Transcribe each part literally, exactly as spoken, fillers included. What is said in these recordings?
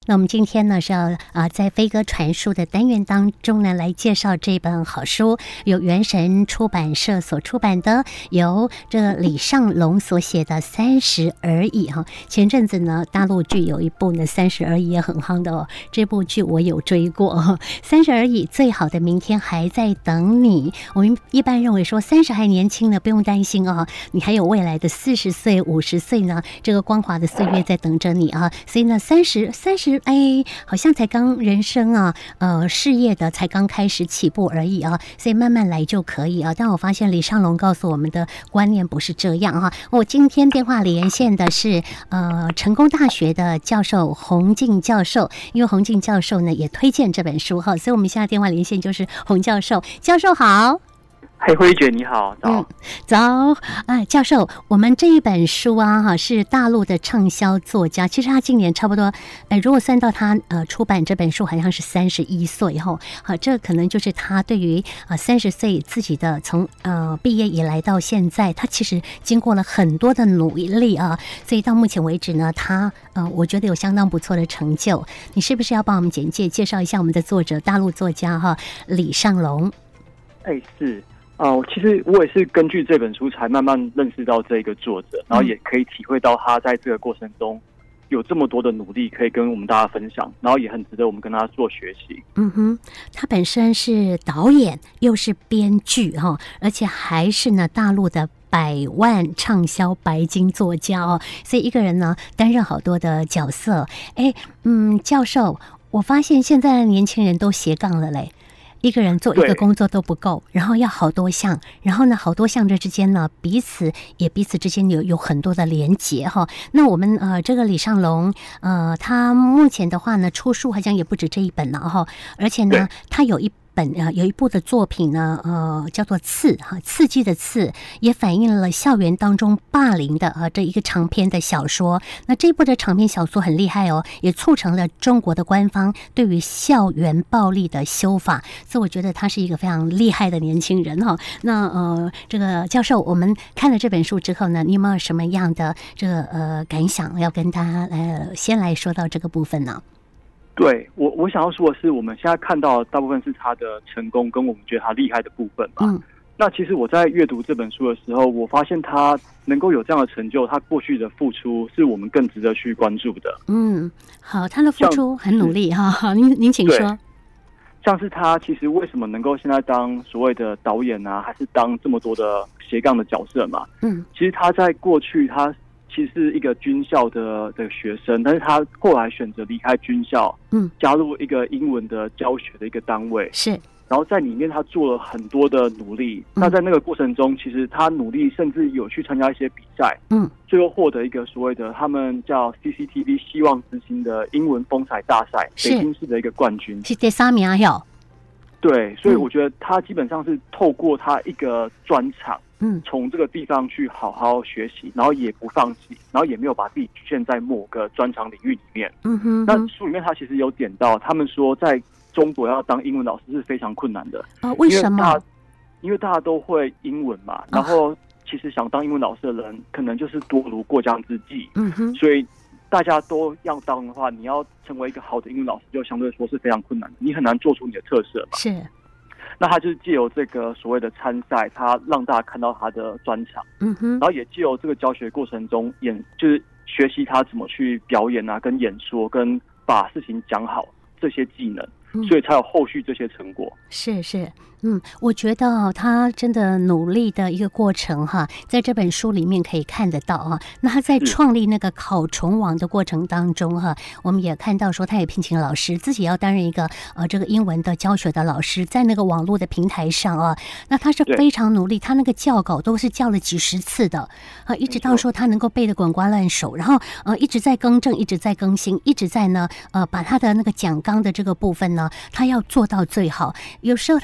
那我们今天呢是要啊、呃、在飞鸽传书的单元当中呢来介绍这本好书，由元神出版社所出版的，由这个李尚龙所写的《三十而已》哈。前阵子呢大陆剧有一部呢《三十而已》也很夯的哦，这部剧我有追过哦。三十而已，最好的明天还在等你。我们一般认为说三十还年轻呢，不用担心哦，你还有未来的四十岁、五十岁呢，这个光华的岁月在等着你啊。所以呢，三十三十，哎，好像才刚人生啊，呃，事业的才刚开始起步而已啊，所以慢慢来就可以啊。但我发现李尚龙告诉我们的观念不是这样哈。我今天电话连线的是呃成功大学的教授洪敬教授，因为洪敬教授呢也推荐这本书哈，所以我们现在电话连线就是洪教授。教授好。 嘿，慧姐你好，早、 嗯、早啊，教授，我们这一本书啊，哈，是大陆的畅销作家。其实他今年差不多，呃，如果算到他呃出版这本书，好像是三十一岁哈，好，这可能就是他对于啊三十岁自己的从呃毕业以来到现在，他其实经过了很多的努力啊，所以到目前为止呢，他呃我觉得有相当不错的成就。你是不是要帮我们简介介绍一下我们的作者，大陆作家哈李尚龙？ 哎，是。哦、呃，其实我也是根据这本书才慢慢认识到这个作者，然后也可以体会到他在这个过程中有这么多的努力可以跟我们大家分享，然后也很值得我们跟他做学习。 嗯哼，他本身是导演又是编剧哈，而且还是呢大陆的百万畅销白金作家哦，所以一个人呢担任好多的角色。哎，嗯，教授，我发现现在的年轻人都斜杠了嘞。一个人做一个工作都不够，然后要好多项，然后呢，好多项这之间呢，彼此也彼此之间有有很多的连结哈。那我们呃，这个李尚龙呃，他目前的话呢，出书好像也不止这一本了哈，而且呢，他有一本呃有一部的作品呢，呃，叫做《刺》哈，刺激的刺，也反映了校园当中霸凌的呃这一个长篇的小说。那这部的长篇小说很厉害哦，也促成了中国的官方对于校园暴力的修法，所以我觉得他是一个非常厉害的年轻人哈。那呃，这个教授，我们看了这本书之后呢，你有没有什么样的这个呃感想要跟他呃先来说到这个部分呢？ 对我，我想要说的是，我们现在看到的大部分是他的成功，跟我们觉得他厉害的部分吧。嗯，那其实我在阅读这本书的时候，我发现他能够有这样的成就，他过去的付出是我们更值得去关注的。 嗯，好，他的付出很努力哈。好，您您请说。 像是他其实为什么能够现在当所谓的导演啊，还是当这么多的斜杠的角色嘛？嗯，其实他在过去他其实是一个军校的的学生，但是他后来选择离开军校，嗯，加入一个英文的教学的一个单位， 是， 然后在里面他做了很多的努力。嗯、那在那个过程中，其实他努力，甚至有去参加一些比赛，嗯，最后获得一个所谓的他们叫 C C T V 希望之星的英文风采大赛，北京市的一个冠军， 是第三名啊！有， 对，所以我觉得他基本上是透过他一个专场。嗯，从这个地方去好好学习，然后也不放弃，然后也没有把自己局限在某个专长领域里面。嗯哼, 哼，那书里面他其实有点到，他们说在中国要当英文老师是非常困难的啊、呃。为什么？因为, 因为大家都会英文嘛，然后其实想当英文老师的人，可能就是多如过江之鲫。嗯哼，所以大家都要当的话，你要成为一个好的英文老师，就相对说是非常困难的，你很难做出你的特色嘛。 是。 那他就是借由这个所谓的参赛，他让大家看到他的专长，嗯哼，然后也借由这个教学过程中演，就是学习他怎么去表演啊，跟演说，跟把事情讲好这些技能。所以才有后续这些成果。 是是，嗯，我觉得他真的努力的一个过程哈，在这本书里面可以看得到啊。那他在创立那个考虫网的过程当中哈，我们也看到说他也聘请老师，自己要担任一个呃这个英文的教学的老师，在那个网络的平台上啊，那他是非常努力，他那个校稿都是校了几十次的啊，一直到说他能够背得滚瓜烂熟，然后呃一直在更正，一直在更新，一直在呢呃把他的那个讲纲的这个部分呢，他要做到最好。有时候他时常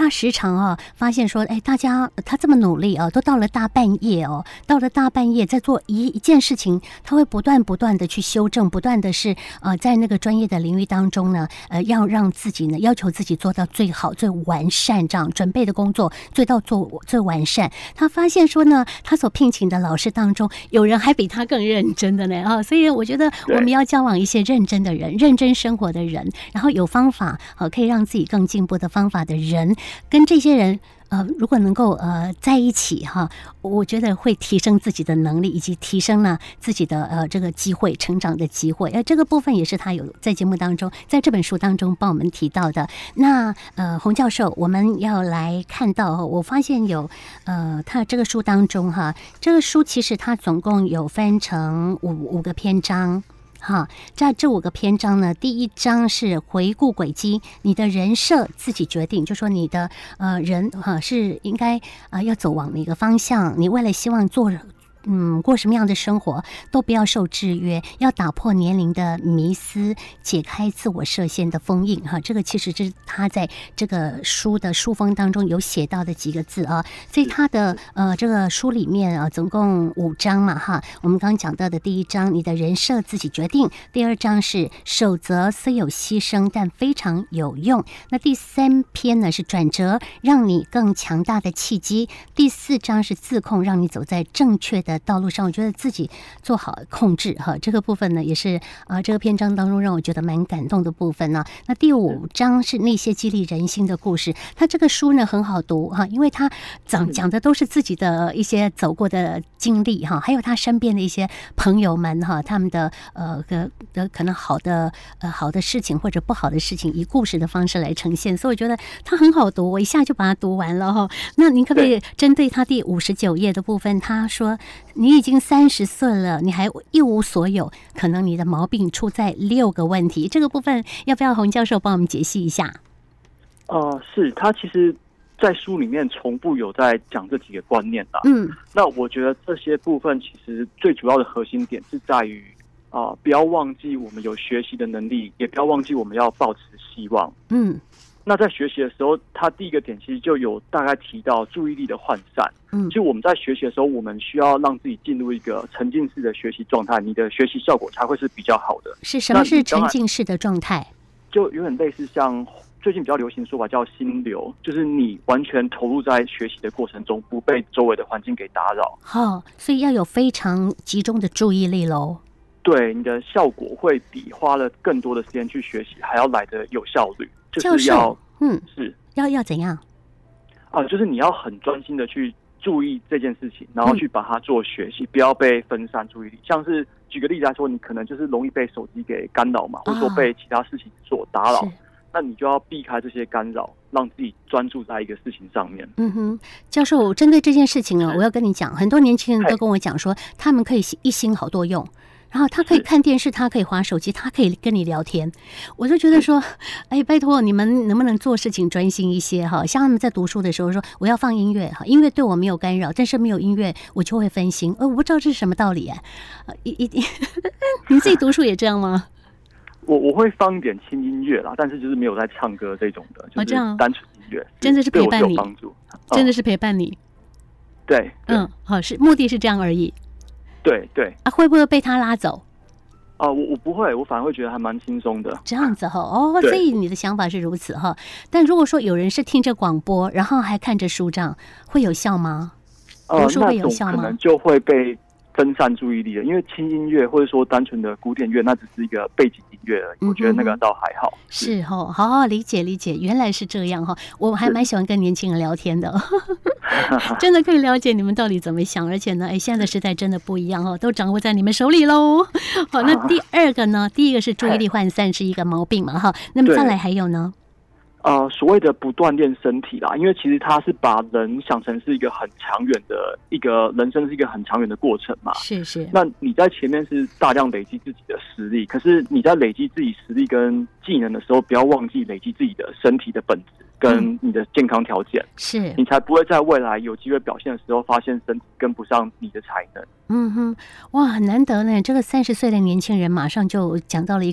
常啊发现说，哎，大家他这么努力啊，都到了大半夜哦，到了大半夜在做一一件事情，他会不断不断的去修正，不断的是呃在那个专业的领域当中呢，呃要让自己呢要求自己做到最好、最完善，这样准备的工作最到做最完善。他发现说呢，他所聘请的老师当中，有人还比他更认真的呢啊，所以我觉得我们要交往一些认真的人、认真生活的人，然后有方法啊，可以让自己更进步的方法的人，跟这些人。呃，如果能够呃在一起哈，我觉得会提升自己的能力，以及提升呢自己的呃这个机会成长的机会。呃，这个部分也是他有在节目当中，在这本书当中帮我们提到的。那呃，洪教授，我们要来看到，我发现有呃，他这个书当中哈，这个书其实它总共有分成五五个篇章。哈，在这五个篇章呢，第一章是回顾轨迹，你的人设自己决定，就说你的呃人哈是应该啊、呃、要走往哪个方向，你未来希望做。嗯，过什么样的生活都不要受制约，要打破年龄的迷思，解开自我设限的封印哈。这个其实是他在这个书的书封当中有写到的几个字啊。所以他的呃这个书里面啊，总共五章嘛哈。我们刚刚讲到的第一章，你的人设自己决定；第二章是守则虽有牺牲，但非常有用。那第三篇呢是转折，让你更强大的契机。第四章是自控，让你走在正确的道路上。我觉得自己做好控制哈，这个部分呢也是呃这个篇章当中让我觉得蛮感动的部分呢。那第五章是那些激励人心的故事，他这个书呢很好读哈，因为他讲讲的都是自己的一些走过的经历哈，还有他身边的一些朋友们哈，他们的呃的可能好的呃好的事情或者不好的事情，以故事的方式来呈现，所以我觉得他很好读，我一下就把它读完了哈。那您可不可以针对他第五十九页的部分，他说你已经三十岁了，你还一无所有，可能你的毛病出在六个问题。这个部分要不要洪教授帮我们解析一下？ 呃，是他其实在书里面重复有在讲这几个观念啦。 嗯， 那我觉得这些部分其实最主要的核心点是在于啊、呃，不要忘记我们有学习的能力，也不要忘记我们要抱持希望。 嗯。 那在学习的时候，他第一个点其实就有大概提到注意力的涣散。嗯，就我们在学习的时候，我们需要让自己进入一个沉浸式的学习状态，你的学习效果才会是比较好的。 是什么是沉浸式的状态？就有点类似像最近比较流行的说法叫心流，就是你完全投入在学习的过程中，不被周围的环境给打扰。 好、哦，所以要有非常集中的注意力喽。 对，你的效果会比花了更多的时间去学习还要来得有效率。就是要， 嗯， 是要要怎样啊？就是你要很专心的去注意这件事情，然后去把它做学习，嗯、不要被分散注意力。像是举个例子来说，你可能就是容易被手机给干扰嘛，或者说被其他事情所打扰，那你就要避开这些干扰，让自己专注在一个事情上面。 嗯哼，教授，针对这件事情呢，我要跟你讲，很多年轻人都跟我讲说，他们可以一心好多用。然后他可以看电视，他可以滑手机，他可以跟你聊天。我就觉得说，哎，拜托你们能不能做事情专心一些哈？像他们在读书的时候说，我要放音乐哈，音乐对我没有干扰，但是没有音乐我就会分心。呃，我不知道这是什么道理哎。一一你自己读书也这样吗？ 我我会放一点轻音乐啦，但是就是没有在唱歌这种的，就是单纯音乐， 真的是陪伴你， 对我有帮助， 真的是陪伴你。 对， 嗯，好，是目的是这样而已。 对对啊，会不会被他拉走？ 啊、呃，我我不会，我反而会觉得还蛮轻松的。 这样子哈，哦，所以你的想法是如此哈。但如果说有人是听着广播，然后还看着书账，会有效吗？读书会有效吗？ 呃、那种可能就会被分散注意力了，因为轻音乐或者说单纯的古典乐，那只是一个背景音乐而已。嗯、我觉得那个倒还好。 是哈，好好理解理解，原来是这样哈。我还蛮喜欢跟年轻人聊天的。真的可以了解你们到底怎么想，而且呢，哎，现在的时代真的不一样哦，都掌握在你们手里喽。好，那第二个呢？第一个是注意力涣散是一个毛病嘛，哈。那么再来还有呢？ 呃，所谓的不锻炼身体啦，因为其实他是把人想成是一个很长远的一个人生，是一个很长远的过程嘛。 是是。 那你在前面是大量累积自己的实力，可是你在累积自己实力跟技能的时候，不要忘记累积自己的身体的本质跟你的健康条件，嗯、 是你才不会在未来有机会表现的时候，发现身体跟不上你的才能。 嗯哼，哇，很难得呢。这个三十岁的年轻人马上就讲到了一个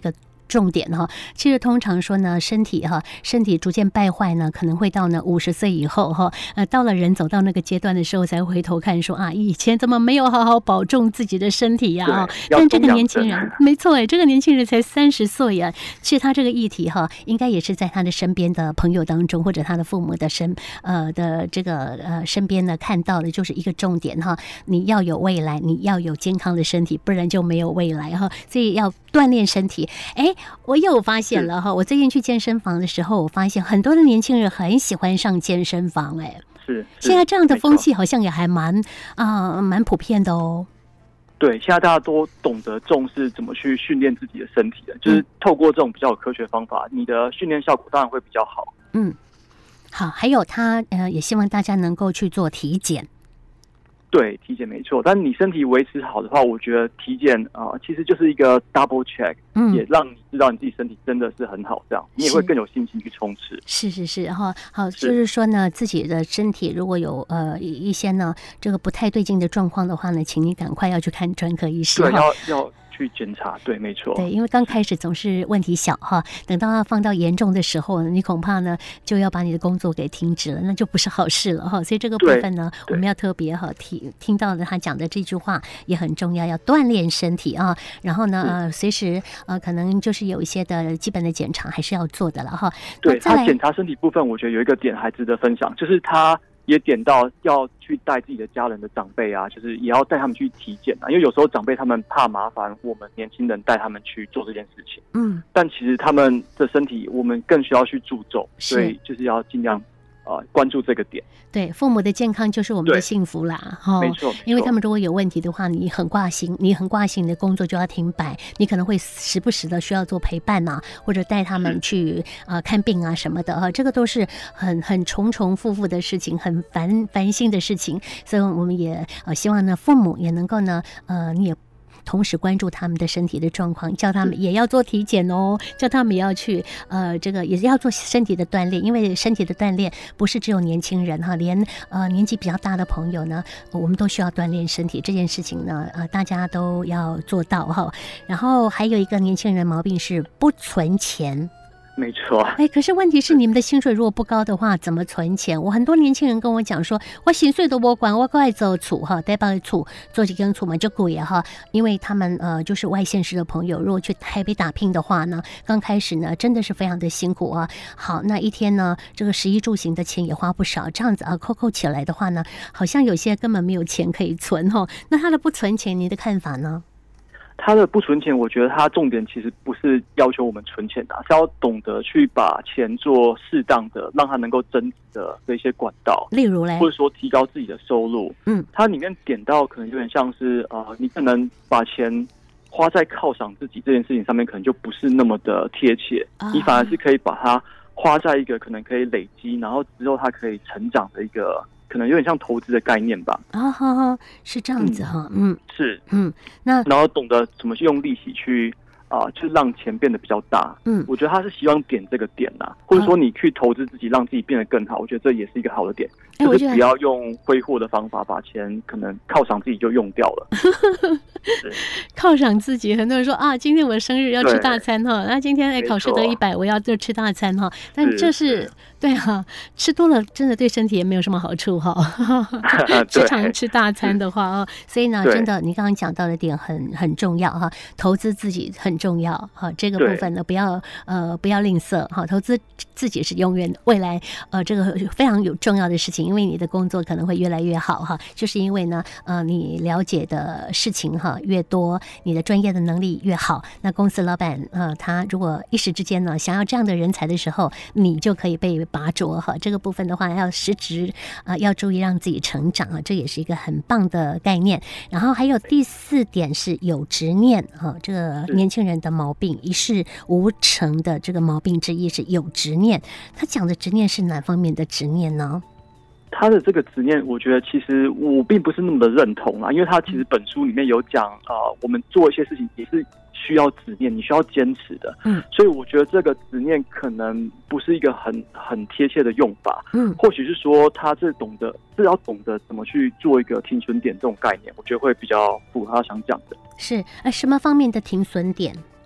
重点哈。其实通常说呢，身体哈，身体逐渐败坏呢，可能会到呢五十岁以后哈，呃，到了人走到那个阶段的时候，才回头看说啊，以前怎么没有好好保重自己的身体呀、啊？但这个年轻人，没错哎，这个年轻人才三十岁啊，其实他这个议题哈，应该也是在他的身边的朋友当中，或者他的父母的身呃的这个呃身边呢看到的，就是一个重点哈，你要有未来，你要有健康的身体，不然就没有未来哈，所以要锻炼身体。哎，我又发现了哈，我最近去健身房的时候，我发现很多的年轻人很喜欢上健身房哎。 是， 现在这样的风气好像也还蛮啊蛮普遍的哦。 对，现在大家都懂得重视怎么去训练自己的身体的，就是透过这种比较有科学方法，你的训练效果当然会比较好。 嗯，好，还有他呃也希望大家能够去做体检。 对，体检没错，但你身体维持好的话，我觉得体检啊、呃，其实就是一个 double check，嗯，也让你知道你自己身体真的是很好，这样你也会更有信心去冲刺。 是是是，哈，好，就是说呢，自己的身体如果有呃一些呢这个不太对劲的状况的话呢，请你赶快要去看专科医师。 对，要要。去检查，对，没错， 对，因为刚开始总是问题小哈，等到它放到严重的时候，你恐怕呢就要把你的工作给停止了，那就不是好事了哈。所以这个部分呢，我们要特别哈听听到的他讲的这句话也很重要，要锻炼身体啊。然后呢，呃，随时呃可能就是有一些的基本的检查还是要做的了哈。 对，他检查身体部分，我觉得有一个点还值得分享，就是他。也点到要去带自己的家人的长辈啊，就是也要带他们去体检啊，因为有时候长辈他们怕麻烦我们年轻人带他们去做这件事情，嗯，但其实他们的身体我们更需要去注重，所以就是要尽量呃关注这个点。 对，父母的健康就是我们的幸福啦，哈， 没错， 因为他们如果有问题的话，你很挂心，你很挂心，你的工作就要停摆，你可能会时不时的需要做陪伴啊，或者带他们去呃看病啊什么的啊，这个都是很很重重复复的事情，很烦烦心的事情，所以我们也呃希望呢，父母也能够呢，呃，你也。同时关注他们的身体的状况，叫他们也要做体检哦，叫他们也要去呃，这个也要做身体的锻炼，因为身体的锻炼不是只有年轻人哈，连呃年纪比较大的朋友呢，我们都需要锻炼身体这件事情呢，呃，大家都要做到哈。然后还有一个年轻人毛病是不存钱。 没错， 哎，可是问题是你们的薪水如果不高的话，怎么存钱？我很多年轻人跟我讲说，我薪水都不管，我爱做厝哈，台北厝做几根厝嘛就贵哈，因为他们呃就是外县市的朋友，如果去台北打拼的话呢，刚开始呢真的是非常的辛苦啊。好，那一天呢，这个食衣住行的钱也花不少，这样子啊扣扣起来的话呢，好像有些根本没有钱可以存哈。那他的不存钱，你的看法呢？ 他的不存钱，我觉得他重点其实不是要求我们存钱的、啊，是要懂得去把钱做适当的，让他能够增值的这些管道， 例如嘞， 或者说提高自己的收入。嗯，它里面点到可能有点像是呃，你可能把钱花在犒赏自己这件事情上面，可能就不是那么的贴切，啊、你反而是可以把它花在一个可能可以累积，然后之后它可以成长的一个。可能有点像投资的概念吧。 啊，好好，是这样子哈，嗯， 嗯是， 嗯，那然后懂得怎么去用利息去啊、呃，就是让钱变得比较大。嗯，我觉得他是希望点这个点呐、啊，或者说你去投资自己，让自己变得更好。我觉得这也是一个好的点， 欸、 就是不要用挥霍的方法把钱可能犒赏自己就用掉了。 犒赏自己，很多人说啊，今天我的生日要吃大餐哈，那今天哎考试得一百，我要就吃大餐哈。但这是对啊，吃多了真的对身体也没有什么好处哈。时常吃大餐的话啊，所以呢，真的你刚刚讲到的点很很重要哈，投资自己很重要哈，这个部分呢不要呃不要吝啬哈，投资自己是永远未来呃这个非常有重要的事情，因为你的工作可能会越来越好哈，就是因为呢呃你了解的事情哈越多，你的专业的能力越好，那公司老板呃他如果一时之间呢想要这样的人才的时候，你就可以被拔擢哈。这个部分的话要实质呃要注意让自己成长啊，这也是一个很棒的概念。然后还有第四点是有执念哈，这个年轻人的毛病一事无成的这个毛病之一是有执念。他讲的执念是哪方面的执念呢？ 他的这个执念，我觉得其实我并不是那么的认同啊，因为他其实本书里面有讲啊、呃，我们做一些事情也是需要执念，你需要坚持的。嗯，所以我觉得这个执念可能不是一个很很贴切的用法。嗯，或许是说他是懂得是要懂得怎么去做一个停损点这种概念，我觉得会比较符合他想讲的。 是呃，什么方面的停损点？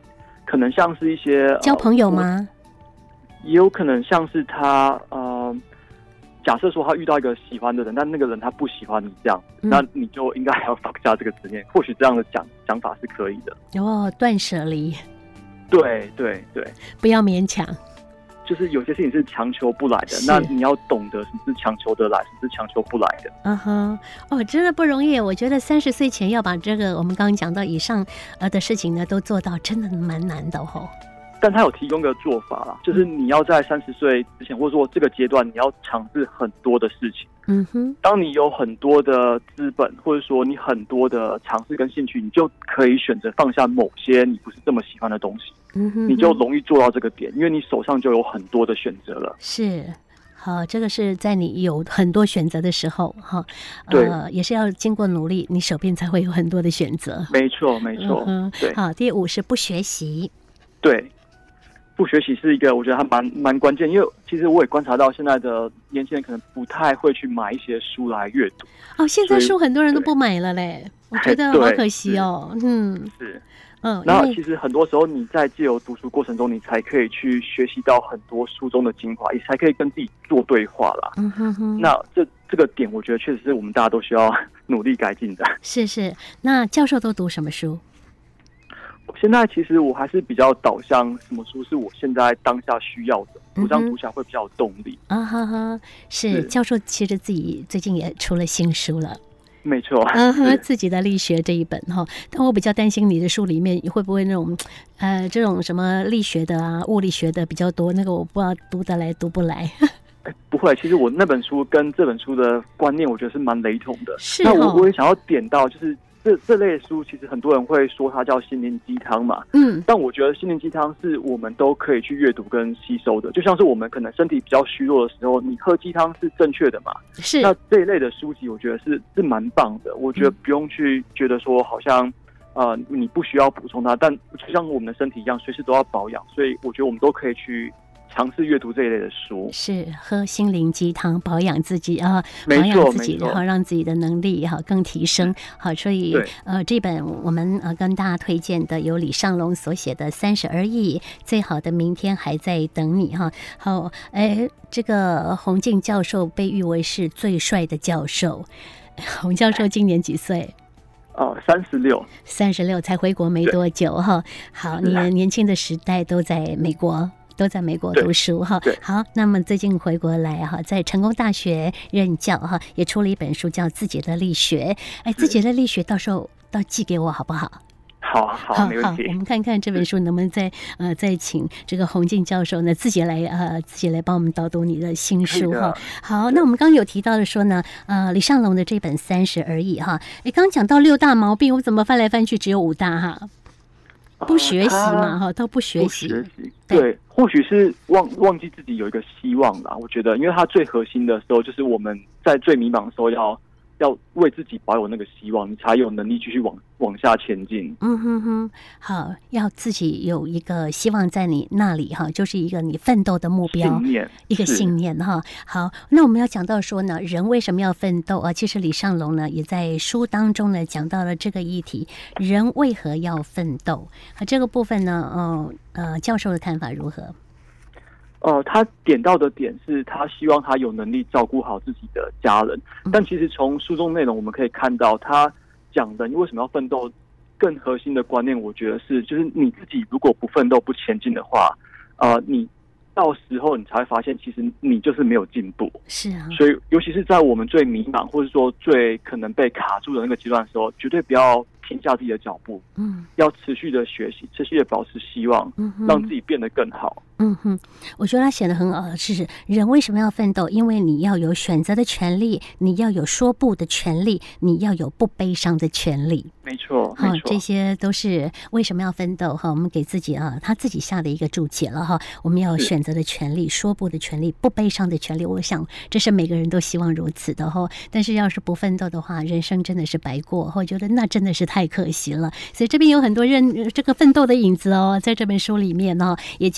可能像是一些交朋友吗？ 呃、也有可能像是他呃，假设说他遇到一个喜欢的人，但那个人他不喜欢你这样，嗯、那你就应该还要放下这个执念。或许这样的讲讲法是可以的。 哦，断舍离。 对对对， 不要勉强。 就是有些事情是强求不来的，那你要懂得什么是强求得来，什么是强求不来的。 嗯哼，哦，真的不容易。我觉得三十岁前要把这个我们刚刚讲到以上呃的事情呢都做到，真的蛮难的哦。 但他有提供个做法啦，就是你要在三十岁之前，或者说这个阶段，你要尝试很多的事情。 嗯哼， 当你有很多的资本，或者说你很多的尝试跟兴趣，你就可以选择放下某些你不是这么喜欢的东西。 嗯哼， 你就容易做到这个点，因为你手上就有很多的选择了。 是，好，这个是在你有很多选择的时候，哈， 对， 呃，也是要经过努力，你手边才会有很多的选择。 没错，没错。 嗯、 对。 好，第五是不学习。 对，不学习是一个我觉得还蛮蛮关键，因为其实我也观察到现在的年轻人可能不太会去买一些书来阅读。 哦，现在书很多人都不买了嘞，我觉得好可惜哦。嗯， 是。 嗯， 然后其实很多时候你在藉由读书过程中，你才可以去学习到很多书中的精华，也才可以跟自己做对话啦。 嗯哼哼。 那这这个点，我觉得确实是我们大家都需要努力改进的。 是是，那教授都读什么书？ 现在其实我还是比较导向什么书是我现在当下需要的，我这样读起来会比较有动力。 啊哈哈，是教授其实自己最近也出了新书了。 没错， 嗯哼，自己的力学这一本哈，但我比较担心你的书里面会不会那种，呃，这种什么力学的啊、物理学的比较多，那个我不知道读得来读不来。 不会，其实我那本书跟这本书的观念，我觉得是蛮雷同的。 是、 哦，那我我也想要点到，就是这这类书，其实很多人会说它叫心灵鸡汤嘛。 嗯， 但我觉得心灵鸡汤是我们都可以去阅读跟吸收的，就像是我们可能身体比较虚弱的时候，你喝鸡汤是正确的嘛。 是， 那这一类的书籍，我觉得是是蛮棒的。我觉得不用去觉得说好像呃你不需要补充它，但就像我们的身体一样，随时都要保养，所以我觉得我们都可以去尝试阅读这一类的书， 是喝心灵鸡汤保养自己啊，保养自己，然后让自己的能力哈更提升。好，所以呃这本我们呃跟大家推荐的有李尚龙所写的《三十而已》，最好的明天还在等你哈。好，哎，这个洪敬教授被誉为是最帅的教授。洪教授今年几岁？ 哦，三十六， 三十六才回国没多久哈。好，你年轻的时代都在美国。都在美国读书哈，好，那么最近回国来哈，在成功大学任教哈，也出了一本书叫《自己的力学》。哎，自己的力学到时候到寄给我好不好？ 好好，没问题。 我们看看这本书能不能再呃再请这个洪敬教授呢自己来呃自己来帮我们导读你的新书哈。好，那我们刚刚有提到的说呢，呃李尚龙的这本《三十而已》哈，哎，刚讲到六大毛病，我怎么翻来翻去只有五大哈？不学习嘛，哈、呃，都不学习。 学习，对，或许是忘忘记自己有一个希望啦。我觉得，因为它最核心的时候，就是我们在最迷茫的时候要，要要为自己保有那个希望，你才有能力继续往往下前进。 嗯哼哼，好，要自己有一个希望在你那里哈，就是一个你奋斗的目标， 信念， 一个信念哈。好，那我们要讲到说呢，人为什么要奋斗啊？其实李尚龙呢也在书当中呢讲到了这个议题，人为何要奋斗？啊，这个部分呢，呃呃，教授的看法如何？ 呃，他点到的点是他希望他有能力照顾好自己的家人，但其实从书中内容我们可以看到，他讲的你为什么要奋斗，更核心的观念，我觉得是，就是你自己如果不奋斗、不前进的话，呃，你到时候你才会发现，其实你就是没有进步。 是啊， 所以尤其是在我们最迷茫，或者说最可能被卡住的那个阶段的时候，绝对不要停下自己的脚步，嗯，要持续的学习，持续的保持希望，嗯，让自己变得更好。 嗯哼，我觉得他写的很好，是人为什么要奋斗？因为你要有选择的权利，你要有说不的权利，你要有不悲伤的权利。 没错， 哈， 没错， 这些都是为什么要奋斗哈？我们给自己啊，他自己下的一个注解了哈。我们要有选择的权利，说不的权利，不悲伤的权利。我想这是每个人都希望如此的哈。但是要是不奋斗的话，人生真的是白过。我觉得那真的是太可惜了。所以这边有很多认这个奋斗的影子哦，在这本书里面呢，也激励你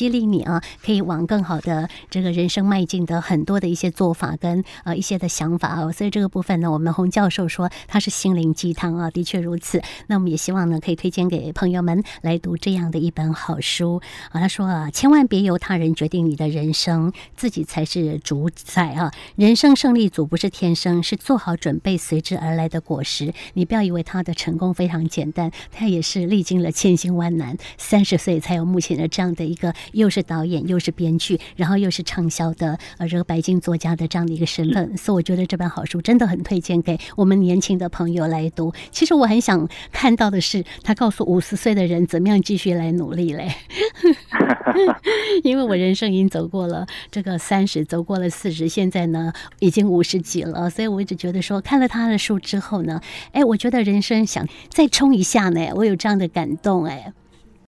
啊，可以往更好的这个人生迈进的很多的一些做法跟呃一些的想法啊。所以这个部分呢，我们洪教授说它是心灵鸡汤啊，的确如此。那我们也希望呢，可以推荐给朋友们来读这样的一本好书啊。他说啊，千万别由他人决定你的人生，自己才是主宰啊。人生胜利组不是天生，是做好准备随之而来的果实。你不要以为他的成功非常简单，他也是历经了千辛万难，三十岁才有目前的这样的一个，又是导演，又是编剧，然后又是畅销的呃这个白金作家的这样的一个身份。所以我觉得这本好书真的很推荐给我们年轻的朋友来读。其实我很想看到的是，他告诉五十岁的人怎么样继续来努力嘞。因为我人生已经走过了这个三十，走过了四十，现在呢已经五十几了，所以我一直觉得说，看了他的书之后呢，哎，我觉得人生想再冲一下呢，我有这样的感动哎。